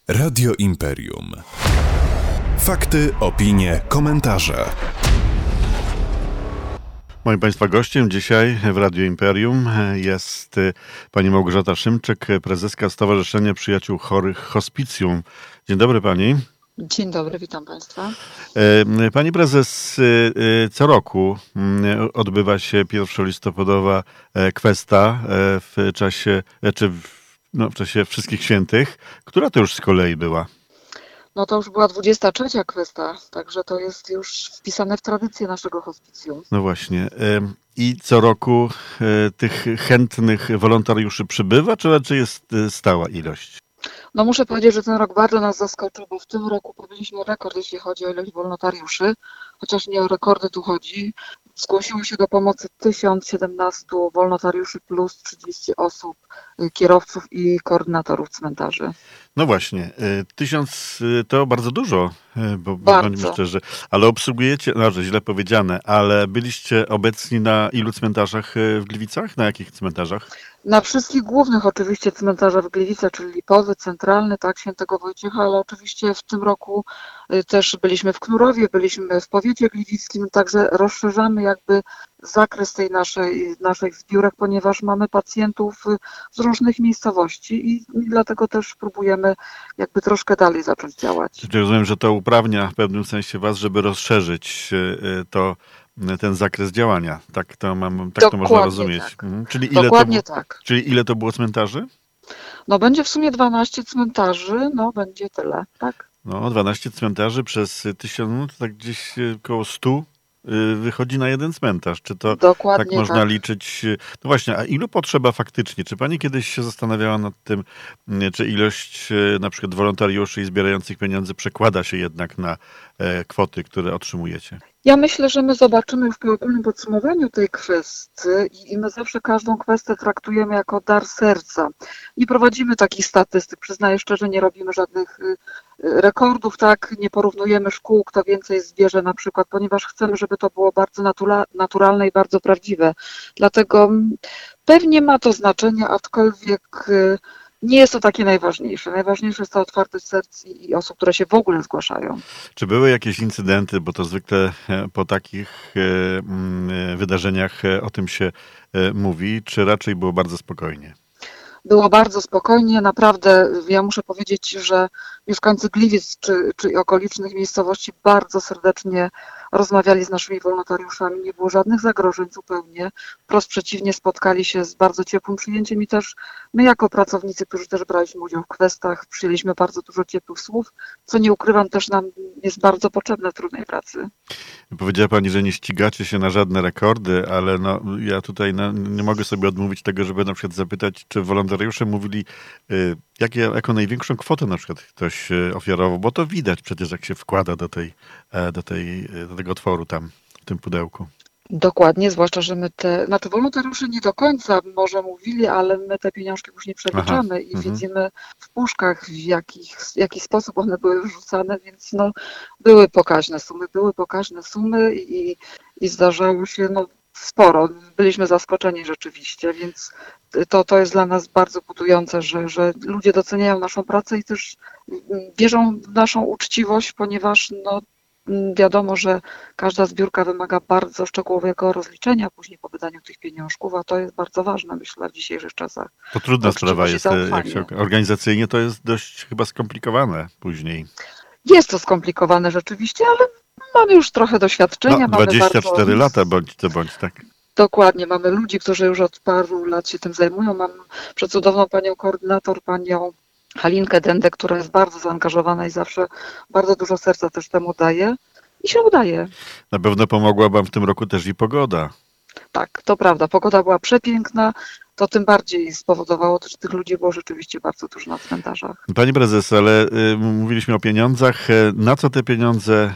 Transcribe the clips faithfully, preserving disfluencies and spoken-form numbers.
Radio Imperium. Fakty, opinie, komentarze. Moim Państwa gościem dzisiaj w Radio Imperium jest pani Małgorzata Szymczyk, prezeska Stowarzyszenia Przyjaciół Chorych Hospicjum. Dzień dobry pani. Dzień dobry, witam Państwa. Pani prezes, co roku odbywa się pierwszolistopadowa kwesta w czasie, czy w, no, w czasie Wszystkich Świętych. Która to już z kolei była? No to już była dwudziesta trzecia kwesta, także to jest już wpisane w tradycję naszego hospicjum. No właśnie. I co roku tych chętnych wolontariuszy przybywa, czy raczej jest stała ilość? No muszę powiedzieć, że ten rok bardzo nas zaskoczył, bo w tym roku pobiliśmy rekord, jeśli chodzi o ilość wolontariuszy, chociaż nie o rekordy tu chodzi. Zgłosiło się do pomocy tysiąc siedemnaście wolontariuszy plus trzydzieści osób, kierowców i koordynatorów cmentarzy. No właśnie, tysiąc to bardzo dużo, bo Bardzo. bądźmy szczerzy, ale obsługujecie, no źle powiedziane, ale byliście obecni na ilu cmentarzach w Gliwicach? Na jakich cmentarzach? Na wszystkich głównych oczywiście cmentarzach w Gliwicach, czyli Lipowy, Centralny, tak, Świętego Wojciecha, ale oczywiście w tym roku też byliśmy w Knurowie, byliśmy w powiecie gliwickim, także rozszerzamy jakby zakres tej naszej, naszych zbiórek, ponieważ mamy pacjentów z różnych miejscowości i, i dlatego też próbujemy jakby troszkę dalej zacząć działać. Czyli rozumiem, że to uprawnia w pewnym sensie was, żeby rozszerzyć to, ten zakres działania. Tak to, mam, tak to można rozumieć. Tak. Mhm. Czyli ile Dokładnie to, tak. Czyli ile to było cmentarzy? No będzie w sumie dwanaście cmentarzy, no będzie tyle, tak? No, dwanaście cmentarzy przez tysiąc, no to tak gdzieś około stu wychodzi na jeden cmentarz. Czy to Dokładnie tak można tak. liczyć? No właśnie, a ilu potrzeba faktycznie? Czy pani kiedyś się zastanawiała nad tym, czy ilość na przykład wolontariuszy i zbierających pieniądze przekłada się jednak na kwoty, które otrzymujecie? Ja myślę, że my zobaczymy już po ogólnym podsumowaniu tej kwestii i my zawsze każdą kwestię traktujemy jako dar serca. Nie prowadzimy takich statystyk, przyznaję szczerze, nie robimy żadnych rekordów, tak, nie porównujemy szkół, kto więcej zbierze na przykład, ponieważ chcemy, żeby to było bardzo natura- naturalne i bardzo prawdziwe. Dlatego pewnie ma to znaczenie, aczkolwiek nie jest to takie najważniejsze. Najważniejsze jest to otwartość serc i osób, które się w ogóle zgłaszają. Czy były jakieś incydenty, bo to zwykle po takich wydarzeniach o tym się mówi, czy raczej było bardzo spokojnie? Było bardzo spokojnie, naprawdę ja muszę powiedzieć, że mieszkańcy Gliwic czy, czy okolicznych miejscowości bardzo serdecznie rozmawiali z naszymi wolontariuszami, nie było żadnych zagrożeń zupełnie, wprost przeciwnie, spotkali się z bardzo ciepłym przyjęciem i też my jako pracownicy, którzy też braliśmy udział w kwestach, przyjęliśmy bardzo dużo ciepłych słów, co nie ukrywam też nam jest bardzo potrzebne w trudnej pracy. Powiedziała pani, że nie ścigacie się na żadne rekordy, ale no, ja tutaj no, nie mogę sobie odmówić tego, żeby na przykład zapytać, czy wolontariusze mówili, y, jakie, jaką największą kwotę na przykład ktoś ofiarował, bo to widać przecież, jak się wkłada do, tej, do, tej, do tego otworu tam, w tym pudełku. Dokładnie, zwłaszcza, że my te, znaczy wolontariusze nie do końca może mówili, ale my te pieniążki później przeliczamy Aha, i mhm. widzimy w puszkach, w jakich, w jaki sposób one były wrzucane, więc no, były pokaźne sumy, były pokaźne sumy i, i zdarzało się no, sporo. Byliśmy zaskoczeni rzeczywiście, więc to, to jest dla nas bardzo budujące, że, że ludzie doceniają naszą pracę i też wierzą w naszą uczciwość, ponieważ no, wiadomo, że każda zbiórka wymaga bardzo szczegółowego rozliczenia później po wydaniu tych pieniążków, a to jest bardzo ważne, myślę, w dzisiejszych czasach. To trudna sprawa jest, jak się, organizacyjnie to jest dość chyba skomplikowane później. Jest to skomplikowane rzeczywiście, ale mamy już trochę doświadczenia. No, dwadzieścia cztery mamy lata bądź to bądź, tak. Dokładnie, mamy ludzi, którzy już od paru lat się tym zajmują. Mam przecudowną panią koordynator, panią Halinkę Dendę, która jest bardzo zaangażowana i zawsze bardzo dużo serca też temu daje i się udaje. Na pewno pomogła wam w tym roku też i pogoda. Tak, to prawda. Pogoda była przepiękna, to tym bardziej spowodowało, że tych ludzi było rzeczywiście bardzo dużo na cmentarzach. Pani prezes, ale y, mówiliśmy o pieniądzach. Na co te pieniądze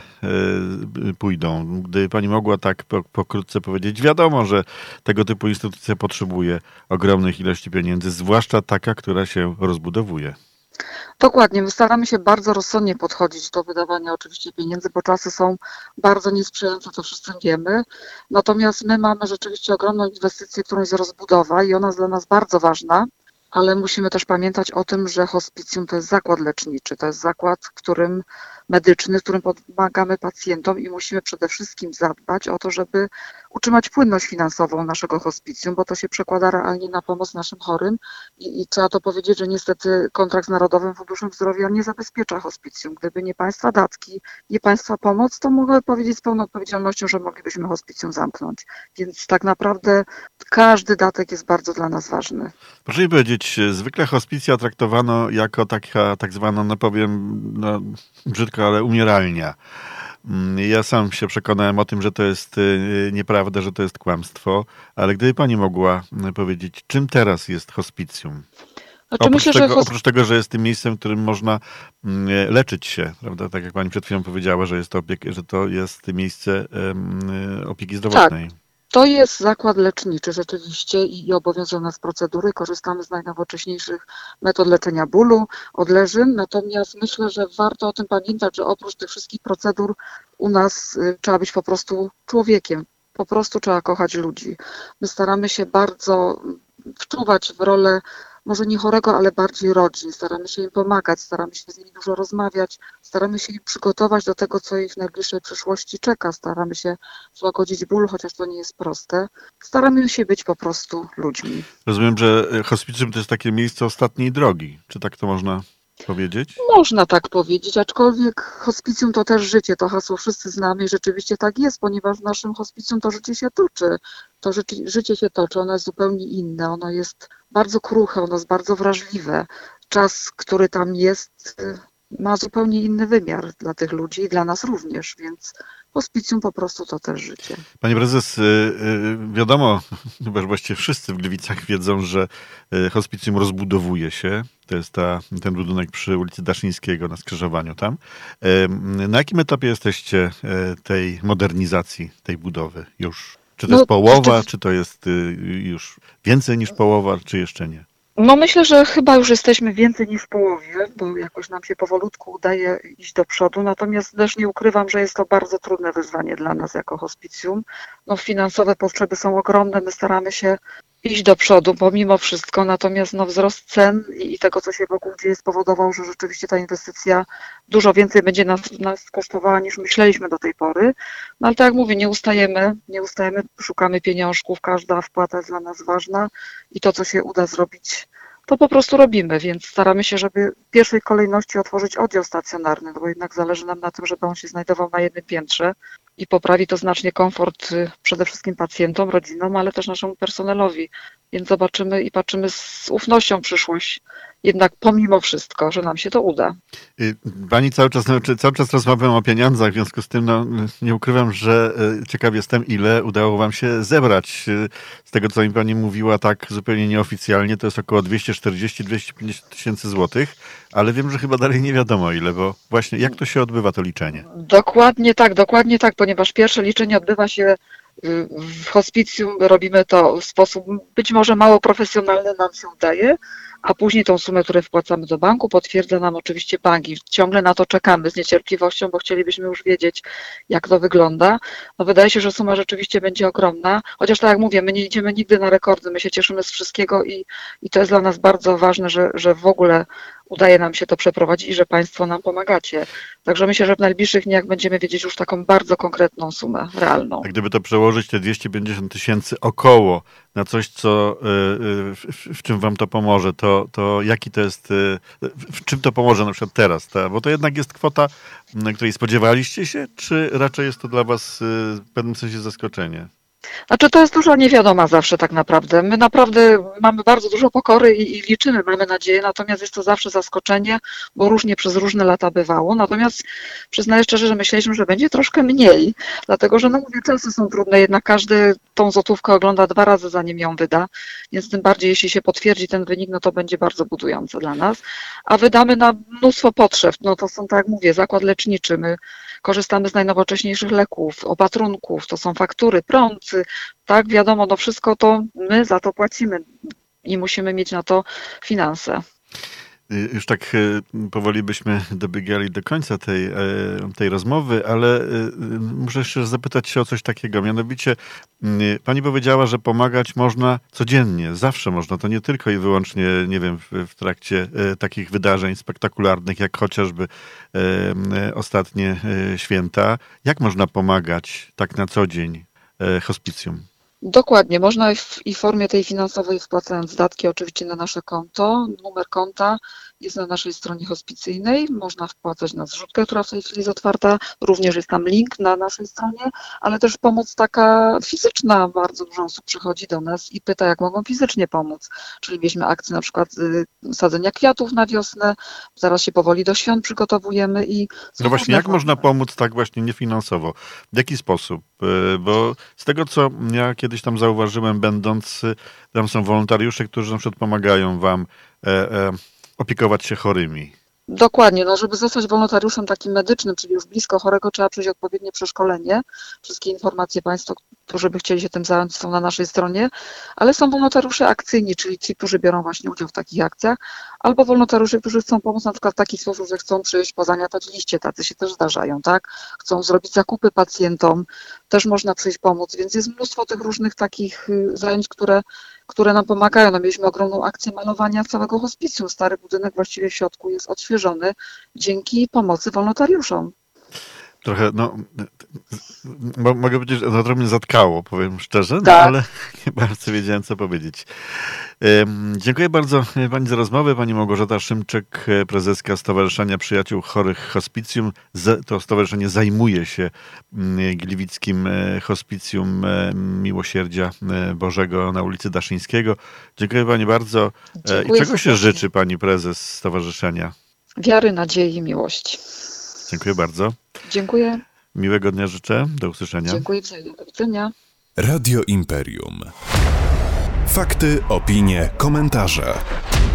y, pójdą? Gdy pani mogła tak po, pokrótce powiedzieć, wiadomo, że tego typu instytucja potrzebuje ogromnych ilości pieniędzy, zwłaszcza taka, która się rozbudowuje. Dokładnie, my staramy się bardzo rozsądnie podchodzić do wydawania oczywiście pieniędzy, bo czasy są bardzo niesprzyjające, to wszyscy wiemy. Natomiast my mamy rzeczywiście ogromną inwestycję, którą jest rozbudowa i ona jest dla nas bardzo ważna. ale musimy też pamiętać o tym, że hospicjum to jest zakład leczniczy, to jest zakład, w którym medyczny, w którym pomagamy pacjentom i musimy przede wszystkim zadbać o to, żeby utrzymać płynność finansową naszego hospicjum, bo to się przekłada realnie na pomoc naszym chorym i, i trzeba to powiedzieć, że niestety kontrakt z Narodowym Funduszem Zdrowia nie zabezpiecza hospicjum. Gdyby nie państwa datki, nie państwa pomoc, to mogę powiedzieć z pełną odpowiedzialnością, że moglibyśmy hospicjum zamknąć. Więc tak naprawdę każdy datek jest bardzo dla nas ważny. Proszę mi powiedzieć, zwykle hospicja traktowano jako taka tak zwana, no powiem, no, brzydko, ale umieralnia. Ja sam się przekonałem o tym, że to jest nieprawda, że to jest kłamstwo, ale gdyby pani mogła powiedzieć, czym teraz jest hospicjum? Znaczy, Oprócz, myślę, tego, że hosp- oprócz tego, że jest tym miejscem, w którym można leczyć się, prawda? Tak jak pani przed chwilą powiedziała, że jest to, opiek- że to jest miejsce em, opieki zdrowotnej. To jest zakład leczniczy rzeczywiście i, i obowiązują nas procedury. Korzystamy z najnowocześniejszych metod leczenia bólu, odleżyn. Natomiast myślę, że warto o tym pamiętać, że oprócz tych wszystkich procedur u nas y, trzeba być po prostu człowiekiem. Po prostu trzeba kochać ludzi. My staramy się bardzo wczuwać w rolę może nie chorego, ale bardziej rodzin. Staramy się im pomagać, staramy się z nimi dużo rozmawiać, staramy się im przygotować do tego, co ich w najbliższej przyszłości czeka. Staramy się złagodzić ból, chociaż to nie jest proste. Staramy się być po prostu ludźmi. Rozumiem, że hospicjum to jest takie miejsce ostatniej drogi. Czy tak to można powiedzieć? Można tak powiedzieć, aczkolwiek hospicjum to też życie, to hasło wszyscy znamy i rzeczywiście tak jest, ponieważ w naszym hospicjum to życie się toczy. To życie, życie się toczy, ono jest zupełnie inne, ono jest bardzo kruche, ono jest bardzo wrażliwe. Czas, który tam jest, ma zupełnie inny wymiar dla tych ludzi i dla nas również, więc hospicjum po prostu to też życie. Pani prezes, wiadomo, chyba że właściwie wszyscy w Gliwicach wiedzą, że hospicjum rozbudowuje się. To jest ta, ten budynek przy ulicy Daszyńskiego na skrzyżowaniu tam. Na jakim etapie jesteście tej modernizacji, tej budowy już? Czy to No, jest połowa, rzeczyw- czy to jest już więcej niż połowa, czy jeszcze nie? No myślę, że chyba już jesteśmy więcej niż w połowie, bo jakoś nam się powolutku udaje iść do przodu, natomiast też nie ukrywam, że jest to bardzo trudne wyzwanie dla nas jako hospicjum. No finansowe potrzeby są ogromne, my staramy się iść do przodu pomimo wszystko, natomiast no wzrost cen i, i tego, co się wokół dzieje, spowodował, że rzeczywiście ta inwestycja dużo więcej będzie nas, nas kosztowała niż myśleliśmy do tej pory. No ale tak jak mówię, nie ustajemy, nie ustajemy, szukamy pieniążków, każda wpłata jest dla nas ważna i to, co się uda zrobić, to po prostu robimy, więc staramy się, żeby w pierwszej kolejności otworzyć oddział stacjonarny, no bo jednak zależy nam na tym, żeby on się znajdował na jednym piętrze i poprawi to znacznie komfort y, przede wszystkim pacjentom, rodzinom, ale też naszemu personelowi. Więc zobaczymy i patrzymy z ufnością w przyszłość, jednak pomimo wszystko, że nam się to uda. Y, Pani cały czas, no, czy cały czas rozmawiam o pieniądzach, w związku z tym no, nie ukrywam, że y, ciekaw jestem, ile udało wam się zebrać. Y, Z tego, co mi pani mówiła tak zupełnie nieoficjalnie, to jest około dwieście czterdzieści do dwustu pięćdziesięciu tysięcy złotych, ale wiem, że chyba dalej nie wiadomo ile, bo właśnie jak to się odbywa to liczenie? Dokładnie tak, dokładnie tak, ponieważ pierwsze liczenie odbywa się y, w hospicjum, robimy to w sposób być może mało profesjonalny, nam się udaje, a później tą sumę, którą wpłacamy do banku, potwierdza nam oczywiście bank i ciągle na to czekamy z niecierpliwością, bo chcielibyśmy już wiedzieć, jak to wygląda. No wydaje się, że suma rzeczywiście będzie ogromna, chociaż tak jak mówię, my nie idziemy nigdy na rekordy, my się cieszymy z wszystkiego i, i to jest dla nas bardzo ważne, że, że w ogóle udaje nam się to przeprowadzić i że Państwo nam pomagacie. Także myślę, że w najbliższych dniach będziemy wiedzieć już taką bardzo konkretną sumę realną. A gdyby to przełożyć te dwieście pięćdziesiąt tysięcy około na coś, co, y, y, w, w, w czym wam to pomoże, to, to jaki to jest, y, w, w czym to pomoże na przykład teraz? Ta, bo to jednak jest kwota, na której spodziewaliście się, czy raczej jest to dla was y, w pewnym sensie zaskoczenie? Znaczy to jest duża niewiadoma zawsze tak naprawdę. My naprawdę mamy bardzo dużo pokory i, i liczymy, mamy nadzieję, natomiast jest to zawsze zaskoczenie, bo różnie przez różne lata bywało. Natomiast przyznaję szczerze, że myśleliśmy, że będzie troszkę mniej, dlatego że no mówię, czasy są trudne, jednak każdy tą złotówkę ogląda dwa razy zanim ją wyda, więc tym bardziej jeśli się potwierdzi ten wynik, no to będzie bardzo budujące dla nas. A wydamy na mnóstwo potrzeb, no to są tak jak mówię, zakład leczniczy, my korzystamy z najnowocześniejszych leków, opatrunków, to są faktury, prąd, tak, wiadomo, no wszystko to my za to płacimy i musimy mieć na to finanse. już tak powoli byśmy dobiegali do końca tej, tej rozmowy, ale muszę jeszcze zapytać się o coś takiego. Mianowicie pani powiedziała, że pomagać można codziennie, zawsze można. To nie tylko i wyłącznie, nie wiem, w, w trakcie takich wydarzeń spektakularnych, jak chociażby ostatnie święta. Jak można pomagać tak na co dzień hospicjum? Dokładnie, można w, i w formie tej finansowej wpłacając datki oczywiście na nasze konto. Numer konta jest na naszej stronie hospicyjnej. Można wpłacać na zrzutkę, która w tej chwili jest otwarta. Również jest tam link na naszej stronie, ale też pomoc taka fizyczna. Bardzo dużo osób przychodzi do nas i pyta, jak mogą fizycznie pomóc. Czyli mieliśmy akcję na przykład y, sadzenia kwiatów na wiosnę. Zaraz się powoli do świąt przygotowujemy i... No właśnie, jak można pomóc tak właśnie niefinansowo? W jaki sposób? Bo z tego, co ja kiedyś tam zauważyłem, będąc, tam są wolontariusze, którzy na przykład pomagają wam e, e, opiekować się chorymi. Dokładnie, no żeby zostać wolontariuszem takim medycznym, czyli już blisko chorego, trzeba przejść odpowiednie przeszkolenie. Wszystkie informacje Państwo, którzy by chcieli się tym zająć, są na naszej stronie, ale są wolontariusze akcyjni, czyli ci, którzy biorą właśnie udział w takich akcjach, albo wolontariusze, którzy chcą pomóc na przykład w taki sposób, że chcą przyjść pozamiatać liście, tacy się też zdarzają, tak? Chcą zrobić zakupy pacjentom, też można przyjść pomóc, więc jest mnóstwo tych różnych takich zajęć, które które nam pomagają. No, mieliśmy ogromną akcję malowania całego hospicjum. Stary budynek właściwie w środku jest odświeżony dzięki pomocy wolontariuszom. Trochę, no, mogę powiedzieć, że to trochę mnie zatkało, powiem szczerze, no, tak. Ale nie bardzo wiedziałem, co powiedzieć. Dziękuję bardzo pani za rozmowę. Pani Małgorzata Szymczyk, prezeska Stowarzyszenia Przyjaciół Chorych Hospicjum. To stowarzyszenie zajmuje się gliwickim hospicjum Miłosierdzia Bożego na ulicy Daszyńskiego. Dziękuję pani bardzo. Dziękuję. I czego się życzy pani prezes stowarzyszenia? Wiary, nadziei i miłości. Dziękuję bardzo. Dziękuję. Miłego dnia życzę. Do usłyszenia. Dziękuję wzajemnie. Do widzenia. Radio Imperium. Fakty, opinie, komentarze.